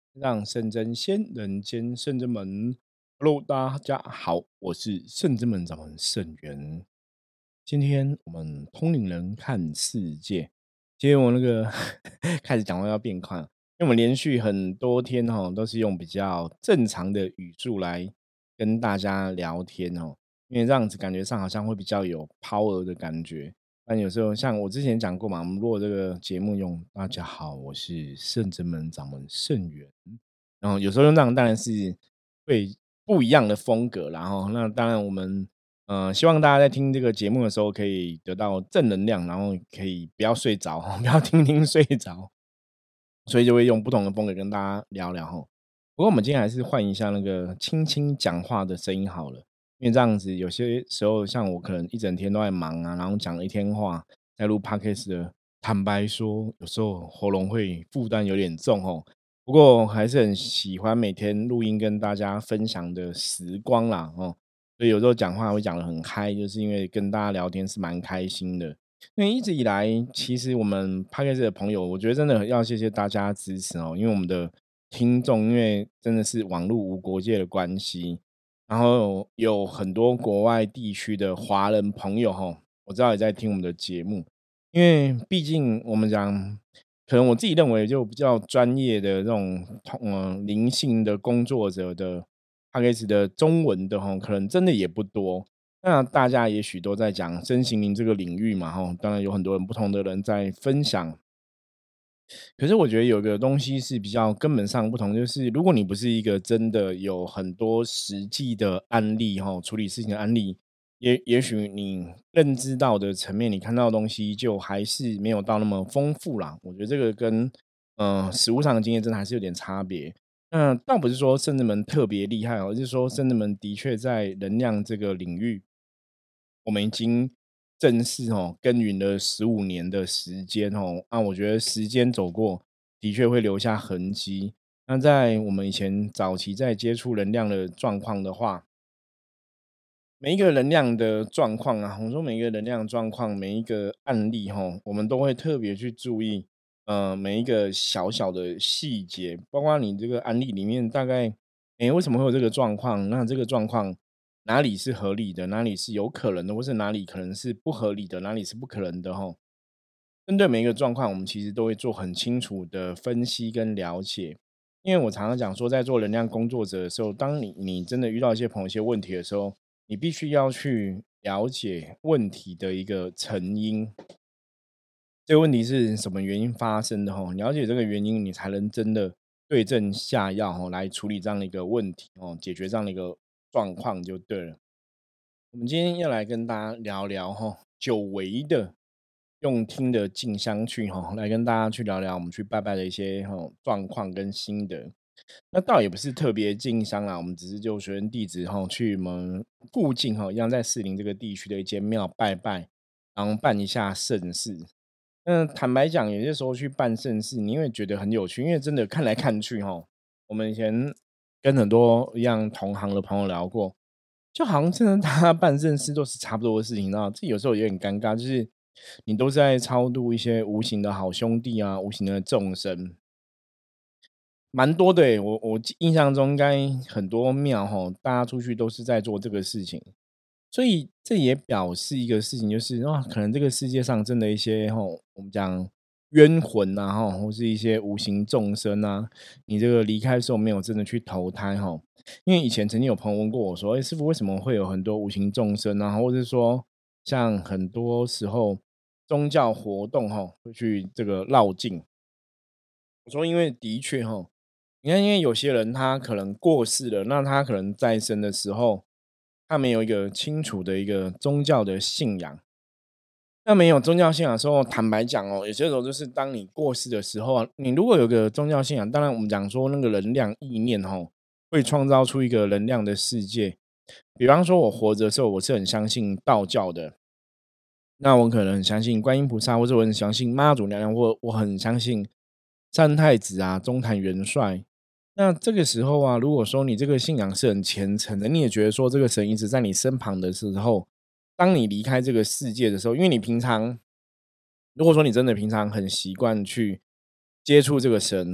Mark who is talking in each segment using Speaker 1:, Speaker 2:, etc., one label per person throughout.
Speaker 1: 让圣真仙，人间圣真门。Hello，大家好，我是圣真门掌门圣元。今天我们通灵人看世界，今天我那个开始讲话要变快，因为我们连续很多天都是用比较正常的语速来跟大家聊天因为这样子感觉上好像会比较有 power 的感觉。但有时候像我之前讲过嘛，我们如果这个节目用"大家好，我是圣真门掌门圣元"，然后有时候用这样当然是会不一样的风格然后那当然我们希望大家在听这个节目的时候可以得到正能量，然后可以不要睡着不要听听睡着，所以就会用不同的风格跟大家聊聊不过我们今天还是换一下那个轻轻讲话的声音好了，因为这样子有些时候像我可能一整天都在忙啊，然后讲了一天话，在录 podcast 的，坦白说，有时候喉咙会负担有点重不过还是很喜欢每天录音跟大家分享的时光啦所以有时候讲话会讲得很开，就是因为跟大家聊天是蛮开心的。因为一直以来，其实我们 podcast 的朋友，我觉得真的要谢谢大家支持因为我们的听众，因为真的是网络无国界的关系，然后有很多国外地区的华人朋友我知道也在听我们的节目。因为毕竟我们讲，可能我自己认为就比较专业的这种灵性的工作者的 podcast 的中文的可能真的也不多。那大家也许都在讲身心灵这个领域嘛当然有很多人不同的人在分享。可是我觉得有个东西是比较根本上不同，就是如果你不是一个真的有很多实际的案例处理事情的案例，也许你认知到的层面，你看到的东西就还是没有到那么丰富啦。我觉得这个跟实物上的经验真的还是有点差别。那倒不是说圣人们特别厉害而是说圣人们的确在能量这个领域，我们已经正式耕耘了15年的时间我觉得时间走过，的确会留下痕迹。那在我们以前早期在接触能量的状况的话，每一个能量的状况啊，我说每一个能量状况，每一个案例我们都会特别去注意，每一个小小的细节，包括你这个案例里面大概，为什么会有这个状况？那这个状况哪里是合理的，哪里是有可能的，或是哪里可能是不合理的，哪里是不可能的针对每一个状况，我们其实都会做很清楚的分析跟了解。因为我常常讲说，在做能量工作者的时候，当你真的遇到一些朋友一些问题的时候，你必须要去了解问题的一个成因，这个问题是什么原因发生的了解这个原因，你才能真的对症下药来处理这样的一个问题解决这样的一个状况就对了。我们今天要来跟大家聊聊久违的用听的进香去来跟大家去聊聊我们去拜拜的一些状况跟心得。那倒也不是特别进香啦，我们只是就学生弟子去我们附近一样在士林这个地区的一间庙拜拜，然后办一下盛事。坦白讲，有些时候去办盛事，你会觉得很有趣，因为真的看来看去我们以前跟很多一样同行的朋友聊过，就好像真的大家办正事都是差不多的事情，你知道，这有时候有点尴尬，就是你都是在超度一些无形的好兄弟啊，无形的众生，蛮多的诶。我印象中应该很多庙大家出去都是在做这个事情，所以这也表示一个事情，就是可能这个世界上真的一些我们讲冤魂啊或是一些无形众生啊，你这个离开的时候没有真的去投胎因为以前曾经有朋友问过我说：“师傅为什么会有很多无形众生啊？”或者是说，像很多时候宗教活动会去这个绕境。我说：“因为的确你看，因为有些人他可能过世了，那他可能在生的时候，他没有一个清楚的一个宗教的信仰。那没有宗教信仰的时候，坦白讲有些时候就是当你过世的时候啊，你如果有个宗教信仰，当然我们讲说那个能量意念会创造出一个能量的世界。比方说我活着的时候，我是很相信道教的，那我可能很相信观音菩萨，或者我很相信妈祖娘娘，或我很相信三太子啊、中坛元帅。那这个时候啊，如果说你这个信仰是很虔诚的，你也觉得说这个神一直在你身旁的时候，当你离开这个世界的时候，因为你平常如果说你真的平常很习惯去接触这个神，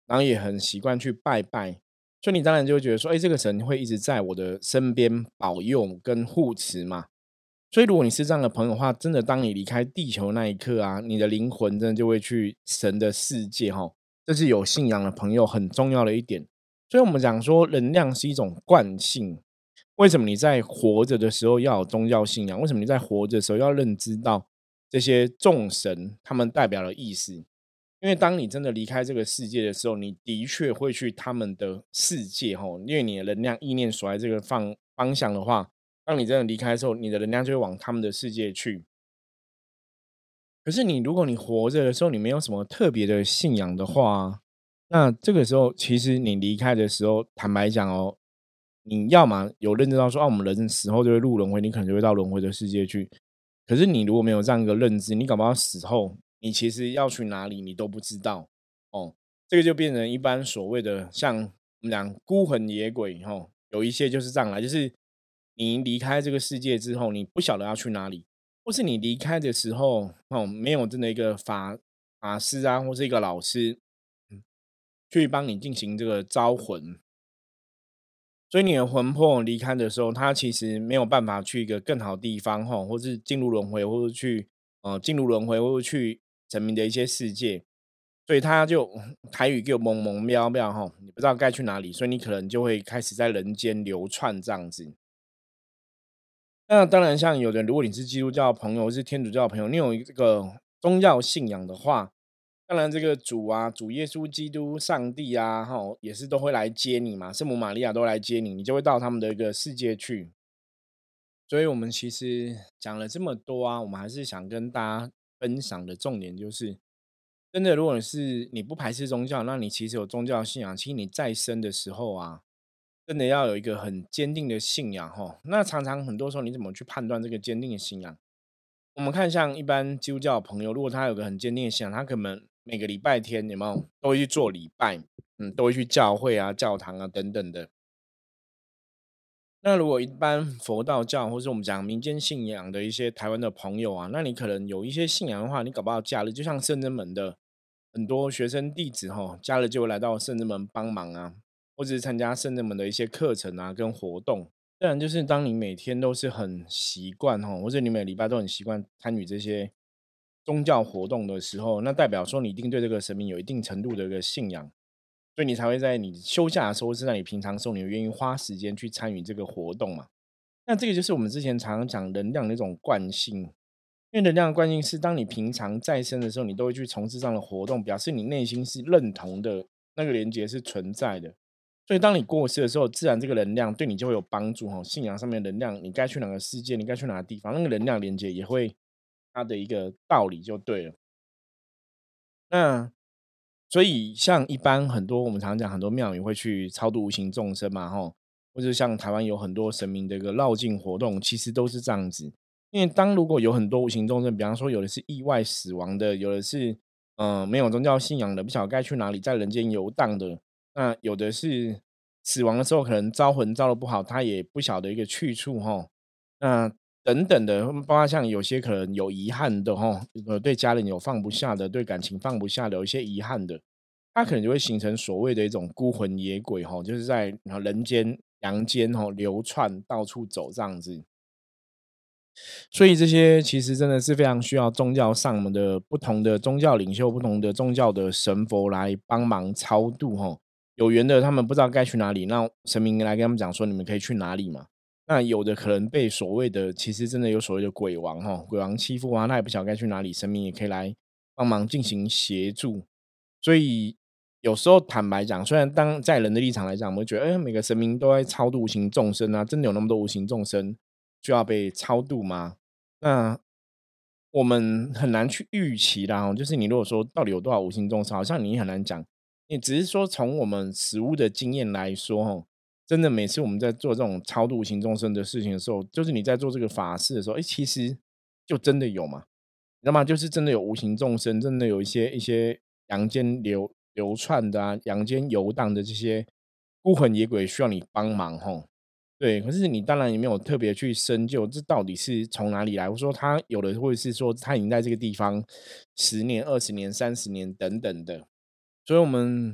Speaker 1: 然后也很习惯去拜拜，所以你当然就会觉得说，哎，这个神会一直在我的身边保佑跟护持嘛。所以如果你是这样的朋友的话，真的当你离开地球那一刻啊，你的灵魂真的就会去神的世界哈，这是有信仰的朋友很重要的一点。所以我们讲说，能量是一种惯性。为什么你在活着的时候要有宗教信仰？为什么你在活着的时候要认知到这些众神他们代表的意思？因为当你真的离开这个世界的时候，你的确会去他们的世界哈，因为你的能量意念所在这个方向的话，当你真的离开的时候，你的能量就会往他们的世界去。可是如果你活着的时候，你没有什么特别的信仰的话，那这个时候其实你离开的时候，坦白讲哦，你要么有认知到说，啊，我们人死后就会入轮回，你可能就会到轮回的世界去。可是你如果没有这样一个认知，你搞不好死后，你其实要去哪里你都不知道哦。这个就变成一般所谓的像我们讲孤魂野鬼哈、有一些就是这样来，就是你离开这个世界之后，你不晓得要去哪里。或是你离开的时候，哦，没有真的一个法师啊，或是一个老师，去帮你进行这个招魂，所以你的魂魄离开的时候，它其实没有办法去一个更好的地方，哈，或是进入轮回，或者去进入轮回，或者去神明的一些世界，所以他就台语给我蒙蒙喵喵哈，你不知道该去哪里，所以你可能就会开始在人间流窜这样子。那当然，像有的人，如果你是基督教的朋友，或是天主教的朋友，你有这个宗教信仰的话，当然这个主啊，主耶稣基督、上帝啊，哈，也是都会来接你嘛，圣母玛利亚都来接你，你就会到他们的一个世界去。所以，我们其实讲了这么多啊，我们还是想跟大家分享的重点就是，真的，如果你不排斥宗教，那你其实有宗教信仰，其实你在生的时候啊，真的要有一个很坚定的信仰哈。那常常很多时候，你怎么去判断这个坚定的信仰？我们看像一般基督教的朋友，如果他有个很坚定的信仰，他可能每个礼拜天有没有都会去做礼拜，都会去教会啊、教堂啊等等的。那如果一般佛道教或是我们讲民间信仰的一些台湾的朋友啊，那你可能有一些信仰的话，你搞不好假日就像圣真门的很多学生弟子哈，假日就会来到圣真门帮忙啊，或者是参加圣真门的一些课程啊跟活动。当然，就是当你每天都是很习惯哈，或者你每个礼拜都很习惯参与这些宗教活动的时候，那代表说你一定对这个神明有一定程度的一个信仰。所以你才会在你休假的时候，是在你平常的时候，你愿意花时间去参与这个活动嘛？那这个就是我们之前常常讲能量的一种惯性，因为能量的惯性是，当你平常在生的时候，你都会去从事这样的活动，表示你内心是认同的，那个连接是存在的。所以当你过世的时候，自然这个能量对你就会有帮助哈。信仰上面的能量，你该去哪个世界，你该去哪个地方，那个能量连接也会它的一个道理就对了。那所以像一般很多我们常讲很多庙宇会去超度无形众生嘛，吼，或者像台湾有很多神明的一个绕境活动，其实都是这样子。因为如果有很多无形众生，比方说有的是意外死亡的，有的是没有宗教信仰的，不晓得该去哪里，在人间游荡的，那有的是死亡的时候可能招魂招的不好，他也不晓得一个去处哈。那等等的，包括像有些可能有遗憾的哈，对家人有放不下的，对感情放不下的，有一些遗憾的，他可能就会形成所谓的一种孤魂野鬼哈，就是在人间、阳间哈流窜，到处走这样子。所以这些其实真的是非常需要宗教上门的不同的宗教领袖、不同的宗教的神佛来帮忙超度哈。有缘的他们不知道该去哪里，那神明来跟他们讲说，你们可以去哪里嘛。那有的可能被所谓的，其实真的有所谓的鬼王哈，鬼王欺负啊，他也不晓得该去哪里，神明也可以来帮忙进行协助。所以有时候坦白讲，虽然当在人的立场来讲，我们会觉得，哎，每个神明都在超度无形众生啊，真的有那么多无形众生需要被超度吗？那我们很难去预期啦哦，就是你如果说到底有多少无形众生，好像你很难讲。你只是说从我们实物的经验来说，哦，真的每次我们在做这种超度无形众生的事情的时候，就是你在做这个法事的时候，哎，其实就真的有嘛，你知道吗？就是真的有无形众生，真的有一些阳间流窜的啊，阳间游荡的这些孤魂野鬼需要你帮忙，吼。对，可是你当然也没有特别去深究，这到底是从哪里来？或者说他有的，或者是说他已经在这个地方10年、20年、30年等等的，所以我们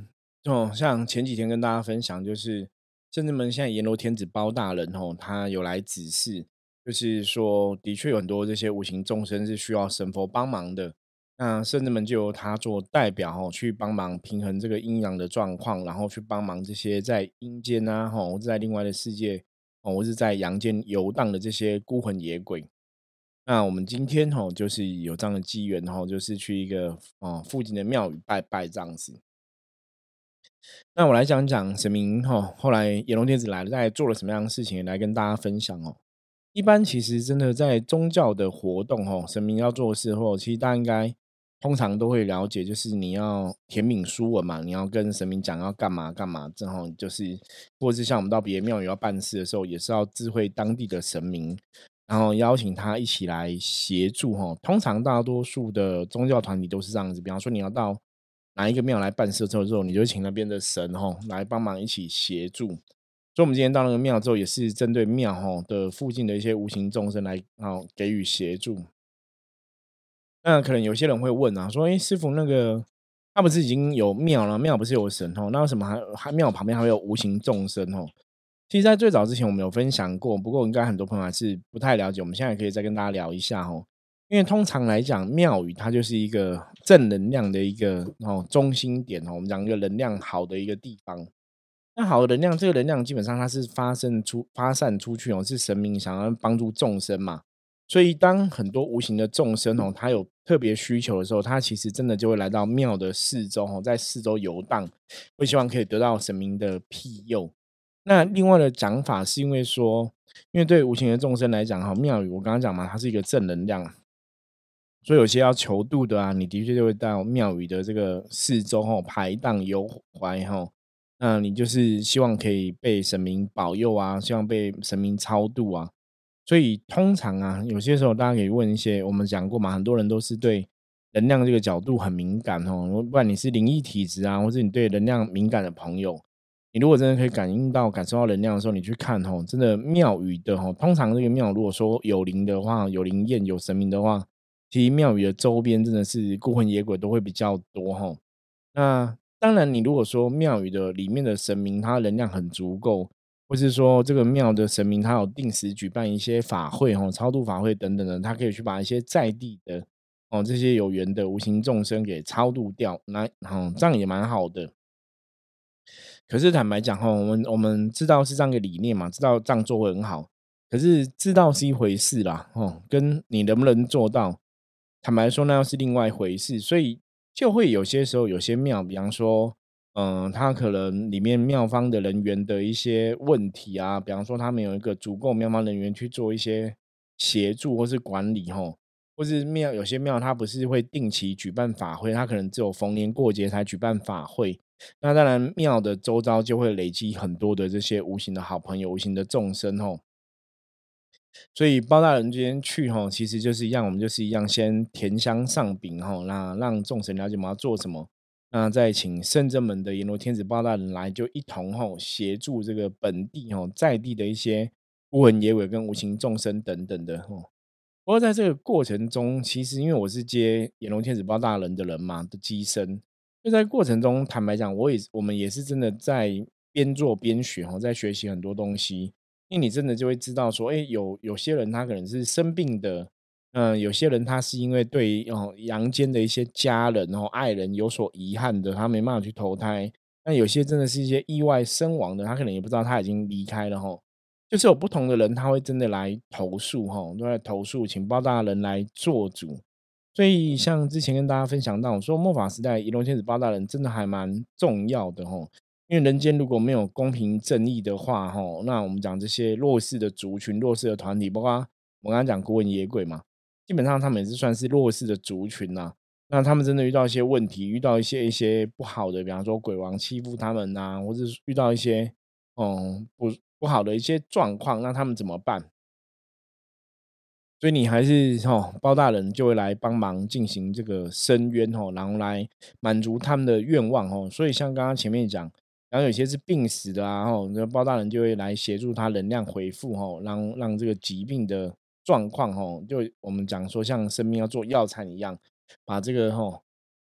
Speaker 1: 像前几天跟大家分享，就是圣至门现在阎罗天子包大人他有来指示，就是说的确有很多这些无形众生是需要神佛帮忙的。那圣至门就由他做代表去帮忙平衡这个阴阳的状况，然后去帮忙这些在阴间啊或者在另外的世界或是在阳间游荡的这些孤魂野鬼。那我们今天就是有这样的机缘就是去一个附近的庙宇拜拜这样子。那我来讲讲神明后来阎罗天子来了，在做了什么样的事情来跟大家分享哦。一般其实真的在宗教的活动神明要做的事其实大家应该通常都会了解，就是你要填敏书文嘛，你要跟神明讲要干嘛干嘛，正好就是或者是像我们到别的庙宇要办事的时候，也是要知会当地的神明，然后邀请他一起来协助通常大多数的宗教团体都是这样子，比方说你要到哪一个庙来办事之后，你就请那边的神来帮忙一起协助。所以我们今天到那个庙之后，也是针对庙的附近的一些无形众生来给予协助。那可能有些人会问啊，说：“诶，师傅，那个他不是已经有庙了？庙不是有神那为什么还庙旁边还会有无形众生其实，在最早之前我们有分享过，不过应该很多朋友还是不太了解。我们现在可以再跟大家聊一下因为通常来讲，庙宇它就是一个正能量的一个中心点我们讲一个能量好的一个地方。那好的能量，这个能量基本上它是发散出去是神明想要帮助众生嘛。所以当很多无形的众生他有特别需求的时候，他其实真的就会来到庙的四周在四周游荡，会希望可以得到神明的庇佑。那另外的讲法是因为说，因为对无形的众生来讲庙宇我刚刚讲嘛，它是一个正能量，所以有些要求度的啊，你的确就会到庙宇的这个四周排荡游怀那你就是希望可以被神明保佑啊，希望被神明超度啊。所以通常啊，有些时候大家可以问一些，我们讲过嘛，很多人都是对能量这个角度很敏感不管你是灵异体质啊，或者你对能量敏感的朋友，你如果真的可以感受到能量的时候，你去看真的庙宇的通常这个庙如果说有灵的话，有灵验有神明的话，其实庙宇的周边真的是孤魂野鬼都会比较多那当然，你如果说庙宇的里面的神明，他能量很足够，或是说这个庙的神明他有定时举办一些法会超度法会等等的，他可以去把一些在地的这些有缘的无形众生给超度掉，那这样也蛮好的。可是坦白讲我们知道是这样一个理念嘛，知道这样做会很好，可是知道是一回事啦跟你能不能做到，坦白说那又是另外一回事。所以就会有些时候有些庙，比方说它可能里面庙方的人员的一些问题啊，比方说他们有一个足够庙方人员去做一些协助或是管理或是有些庙它不是会定期举办法会，它可能只有逢年过节才举办法会。那当然庙的周遭就会累积很多的这些无形的好朋友，无形的众生所以包大人今天去其实就是一样，我们就是一样先填香上饼那让众神了解我们要做什么，那再请圣正门的阎罗天子包大人来，就一同协助这个本地在地的一些孤魂野鬼跟无形众生等等的不过在这个过程中，其实因为我是接阎罗天子包大人的人嘛的机身，就在过程中，坦白讲，我们也是真的在边做边学在学习很多东西。因为你真的就会知道说，哎，有些人他可能是生病的，有些人他是因为对阳间的一些家人爱人有所遗憾的，他没办法去投胎。那有些真的是一些意外身亡的，他可能也不知道他已经离开了就是有不同的人，他会真的来投诉都来投诉，请包大人来做主。所以像之前跟大家分享到，我说末法时代，仪龙天子包大人真的还蛮重要的因为人间如果没有公平正义的话那我们讲这些弱势的族群、弱势的团体，包括我刚刚讲孤魂野鬼嘛，基本上他们也是算是弱势的族群呐。那他们真的遇到一些问题，遇到一些不好的，比方说鬼王欺负他们呐，或者是遇到一些不好的一些状况，那他们怎么办？所以你还是包大人就会来帮忙进行这个申冤然后来满足他们的愿望所以像刚刚前面讲，然后有些是病死的啊那包大人就会来协助他能量回复让这个疾病的状况就我们讲说像生命要做药材一样，把这个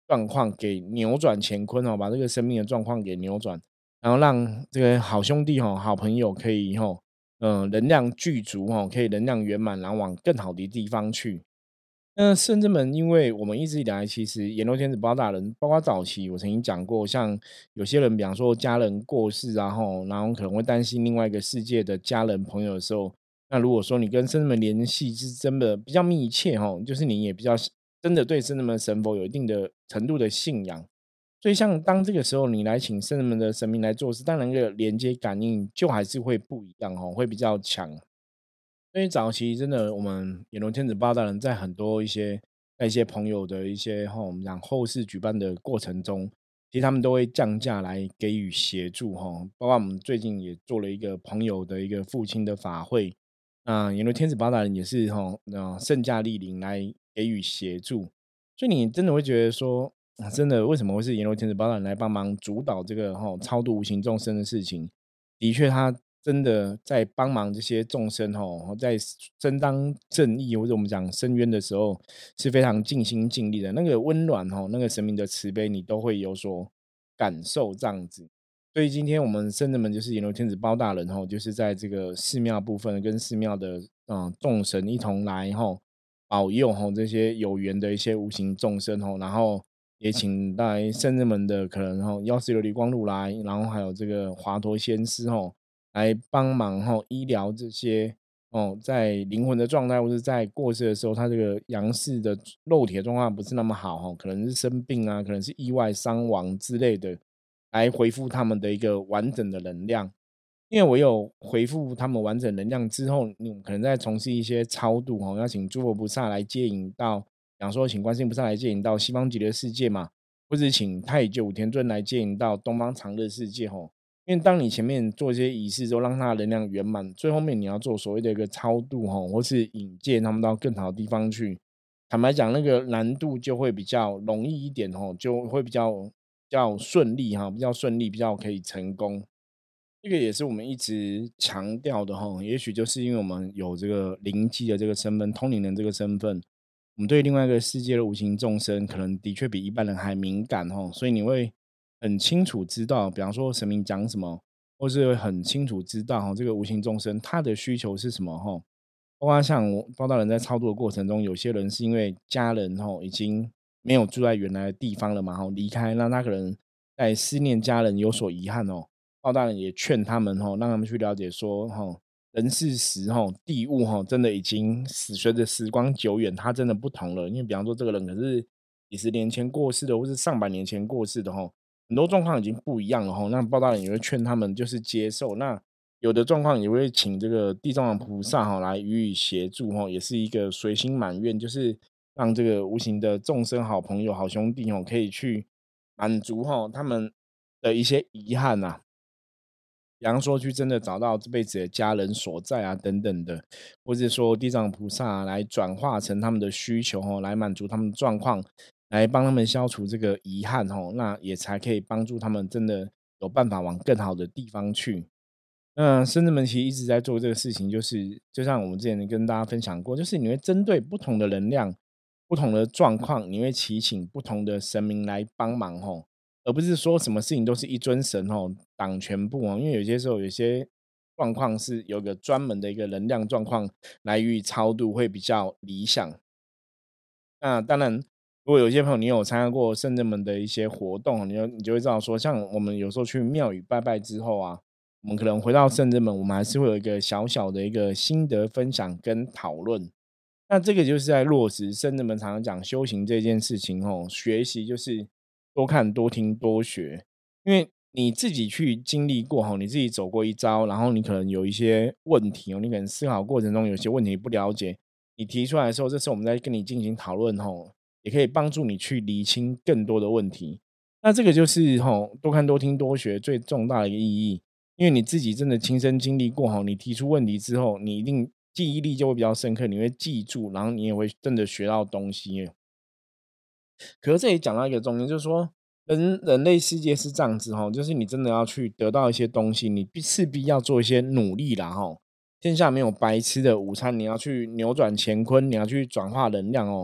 Speaker 1: 状况给扭转乾坤哦，把这个生命的状况给扭转，然后让这个好兄弟哦、好朋友可以能量具足哦，可以能量圆满，然后往更好的地方去。那圣真门，因为我们一直以来其实阎罗天子包大人，包括早期我曾经讲过，像有些人，比方说家人过世啊，然后可能会担心另外一个世界的家人朋友的时候，那如果说你跟圣真门联系是真的比较密切就是你也比较真的对圣真门神佛有一定的程度的信仰，所以像当这个时候你来请圣人们的神明来做事，当然那个连接感应就还是会不一样会比较强。所以早期真的我们阎罗天子包大人在很多一些朋友的一些我们讲后事举办的过程中，其实他们都会降价来给予协助包括我们最近也做了一个朋友的一个父亲的法会，那阎罗天子包大人也是圣驾莅临来给予协助。所以你真的会觉得说，真的为什么会是阎罗天子包大人来帮忙主导这个超度无形众生的事情？的确，他真的在帮忙这些众生在伸张正义或者我们讲伸冤的时候，是非常尽心尽力的。那个温暖那个神明的慈悲，你都会有所感受这样子。所以今天我们圣人们就是阎罗天子包大人就是在这个寺庙部分跟寺庙的众神一同来保佑这些有缘的一些无形众生然后也请来圣人们的可能药师琉璃光如来，然后还有这个华佗仙师来帮忙医疗这些在灵魂的状态或者在过世的时候，他这个阳世的肉体的状况不是那么好可能是生病啊，可能是意外伤亡之类的，来回复他们的一个完整的能量。因为我有回复他们完整能量之后，你可能在从事一些超度要请诸佛菩萨来接引到，比方说请观世音菩萨来接引到西方极乐世界嘛，或者请太久武天尊来接引到东方长乐世界因为当你前面做一些仪式之后，让他的能量圆满，最后面你要做所谓的一个超度或是引荐他们到更好的地方去。坦白讲，那个难度就会比较容易一点就会比较顺利比较顺利，比较可以成功。这个也是我们一直强调的也许就是因为我们有这个灵机的这个身份，通灵人这个身份，我们对另外一个世界的无形众生，可能的确比一般人还敏感所以你会很清楚知道，比方说神明讲什么，或是会很清楚知道这个无形众生他的需求是什么包括像我包大人在操作的过程中，有些人是因为家人已经没有住在原来的地方了嘛离开，让他可能在思念家人有所遗憾包大人也劝他们让他们去了解说人事时地物真的已经随着时光久远，它真的不同了。因为比方说这个人可是几十年前过世的，或是上百年前过世的很多状况已经不一样了那包大人也会劝他们就是接受，那有的状况也会请这个地藏王菩萨来予以协助也是一个随心满愿，就是让这个无形的众生好朋友好兄弟可以去满足他们的一些遗憾呐、比方说去真的找到这辈子的家人所在啊等等的，或者说地藏菩萨来转化成他们的需求来满足他们的状况，来帮他们消除这个遗憾那也才可以帮助他们真的有办法往更好的地方去。那深圳门其实一直在做这个事情，就是就像我们之前跟大家分享过，就是你会针对不同的能量、不同的状况，你会祈请不同的神明来帮忙而不是说什么事情都是一尊神挡全部因为有些时候有些状况是有个专门的一个能量状况来予以超度会比较理想。那当然，如果有些朋友你有参加过圣人们的一些活动，你就会知道说，像我们有时候去庙宇拜拜之后啊，我们可能回到圣人们，我们还是会有一个小小的一个心得分享跟讨论。那这个就是在落实圣人们常常讲修行这件事情学习就是多看、多听、多学，因为你自己去经历过你自己走过一遭，然后你可能有一些问题你可能思考过程中有些问题不了解，你提出来的时候，这时候我们在跟你进行讨论也可以帮助你去厘清更多的问题。那这个就是多看多听多学最重大的一个意义，因为你自己真的亲身经历过你提出问题之后，你一定记忆力就会比较深刻，你会记住，然后你也会真的学到东西。可是这里讲到一个重点，就是说人类世界是这样子就是你真的要去得到一些东西，你势必要做一些努力啦天下没有白吃的午餐，你要去扭转乾坤，你要去转化能量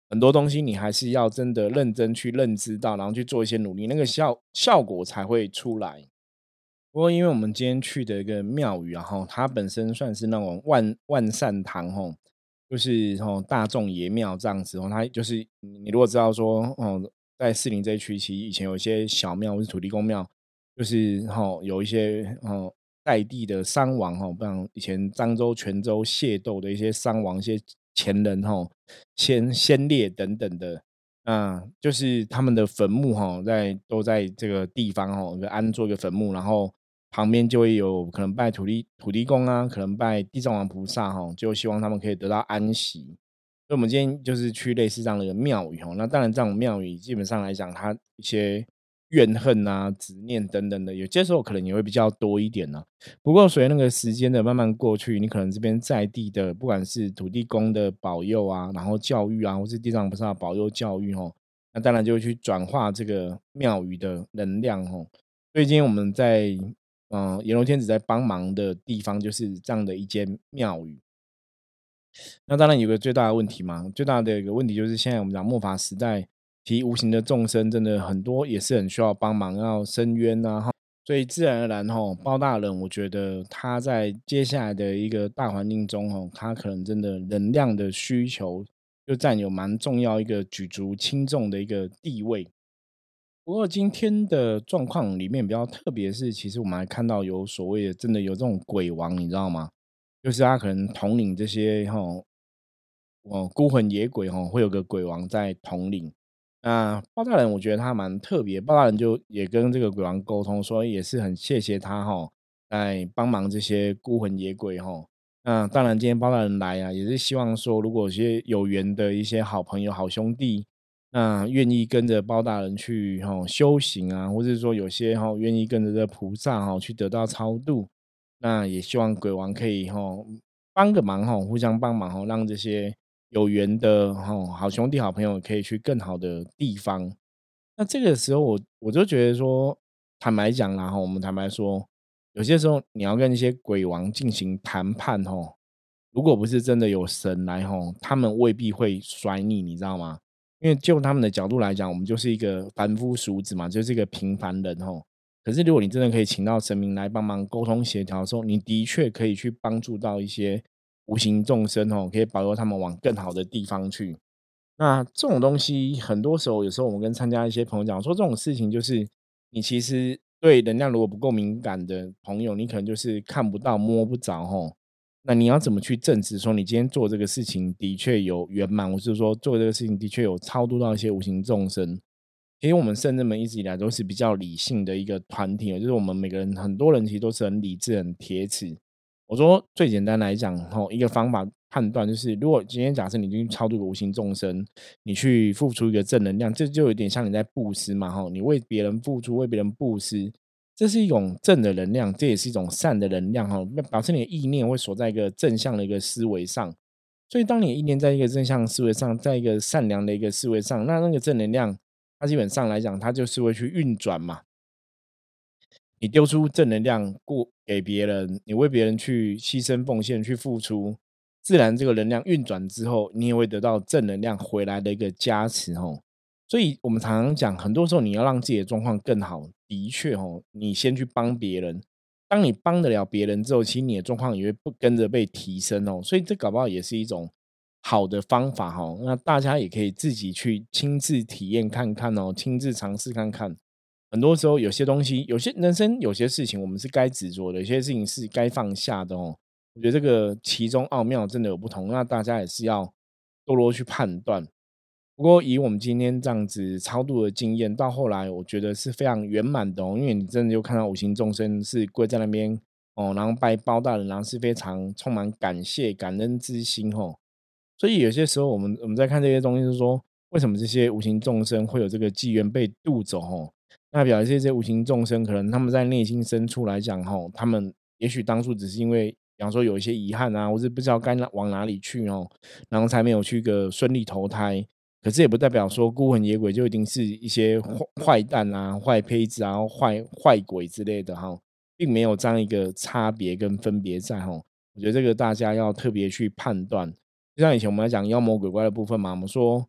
Speaker 1: 很多东西你还是要真的认真去认知到，然后去做一些努力，那个效果才会出来。不过因为我们今天去的一个庙宇啊，哈，它本身算是那种万善堂吼，就是大众爷庙这样子哦。它就是你如果知道说在士林这一区，其实以前有一些小庙或是土地公庙，就是有一些在地的伤亡不然以前漳州、泉州械斗的一些伤亡，一些前人先烈等等的，就是他们的坟墓都在这个地方安做一个坟墓，然后旁边就会有可能拜土地公啊，可能拜地藏王菩萨就希望他们可以得到安息。所以我们今天就是去类似这样的一个庙宇那当然这种庙宇基本上来讲，它一些怨恨啊、执念等等的，有些时候可能也会比较多一点呢。不过随着那个时间的慢慢过去，你可能这边在地的，不管是土地公的保佑啊，然后教育啊，或是地藏菩萨保佑教育那当然就会去转化这个庙宇的能量所以今天我们在阎罗天子在帮忙的地方，就是这样的一间庙宇。那当然有个最大的问题嘛，最大的一个问题就是现在我们讲末法时代，其实无形的众生真的很多也是很需要帮忙，要伸冤啊，所以自然而然包大人我觉得他在接下来的一个大环境中他可能真的能量的需求就占有蛮重要一个举足轻重的一个地位。不过今天的状况里面比较特别是，其实我们还看到有所谓的真的有这种鬼王，你知道吗？就是他可能统领这些孤魂野鬼会有个鬼王在统领。那包大人我觉得他蛮特别，包大人就也跟这个鬼王沟通说，也是很谢谢他在帮忙这些孤魂野鬼那当然今天包大人来啊，也是希望说，如果有些有缘的一些好朋友、好兄弟，那愿意跟着包大人去修行啊，或者是说有些愿意跟着这菩萨去得到超度，那也希望鬼王可以帮个忙互相帮忙让这些有缘的好兄弟好朋友可以去更好的地方。那这个时候我就觉得说，坦白讲啦我们坦白说，有些时候你要跟一些鬼王进行谈判如果不是真的有神来他们未必会甩你知道吗？因为就他们的角度来讲，我们就是一个凡夫俗子嘛，就是一个平凡人可是如果你真的可以请到神明来帮忙沟通协调的时候，你的确可以去帮助到一些无形众生可以保佑他们往更好的地方去。那这种东西很多时候，有时候我们跟参加一些朋友讲说，这种事情就是你其实对能量如果不够敏感的朋友，你可能就是看不到、摸不着那你要怎么去证实说你今天做这个事情的确有圆满，或是说做这个事情的确有超度到一些无形众生？其实我们圣人们一直以来都是比较理性的一个团体就是我们每个人很多人其实都是很理智、很铁齿。我说最简单来讲一个方法判断就是，如果今天假设你去超度个无形众生，你去付出一个正能量，这就有点像你在布施嘛你为别人付出，为别人布施，这是一种正的能量，这也是一种善的能量那表示你的意念会锁在一个正向的一个思维上。所以当你的意念在一个正向思维上，在一个善良的一个思维上，那个正能量它基本上来讲，它就是会去运转嘛。你丢出正能量过给别人，你为别人去牺牲奉献、去付出，自然这个能量运转之后，你也会得到正能量回来的一个加持所以我们常常讲，很多时候你要让自己的状况更好，的确你先去帮别人，当你帮得了别人之后，其实你的状况也会不跟着被提升所以这搞不好也是一种好的方法那大家也可以自己去亲自体验看看亲自尝试看看。很多时候有些东西，有些人生有些事情我们是该执着的，有些事情是该放下的我觉得这个其中奥妙真的有不同，那大家也是要多多去判断。不过以我们今天这样子超度的经验，到后来我觉得是非常圆满的因为你真的就看到无形众生是跪在那边然后拜包大人，然后是非常充满感谢感恩之心所以有些时候我们在看这些东西，就是说为什么这些无形众生会有这个机缘被渡走那表示这些无形众生可能他们在内心深处来讲他们也许当初只是因为比方说有一些遗憾啊，或是不知道该往哪里去然后才没有去个顺利投胎。可是也不代表说孤魂野鬼就一定是一些坏蛋啊、坏胚子啊、坏鬼之类的并没有这样一个差别跟分别在我觉得这个大家要特别去判断。就像以前我们来讲妖魔鬼怪的部分嘛，我们说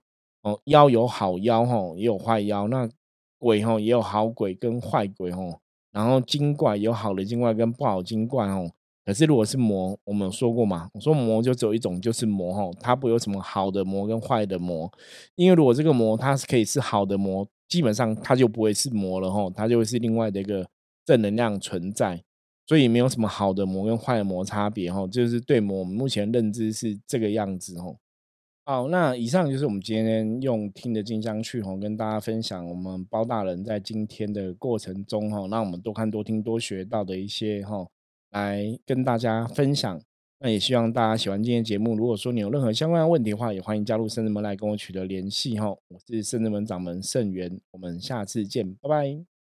Speaker 1: 妖有好妖吼，也有坏妖，那鬼吼也有好鬼跟坏鬼吼，然后精怪有好的精怪跟不好精怪吼。可是如果是魔，我们有说过嘛？我说魔就只有一种，就是魔吼，它不会有什么好的魔跟坏的魔，因为如果这个魔它是可以是好的魔，基本上它就不会是魔了吼，它就会是另外的一个正能量存在，所以没有什么好的魔跟坏的魔差别吼，就是对魔我们目前认知是这个样子吼。好，那以上就是我们今天用听的进香去跟大家分享我们包大人在今天的过程中让我们多看多听多学到的一些来跟大家分享。那也希望大家喜欢今天的节目。如果说你有任何相关的问题的话，也欢迎加入圣人门来跟我取得联系我是圣人门掌门圣元，我们下次见，拜拜。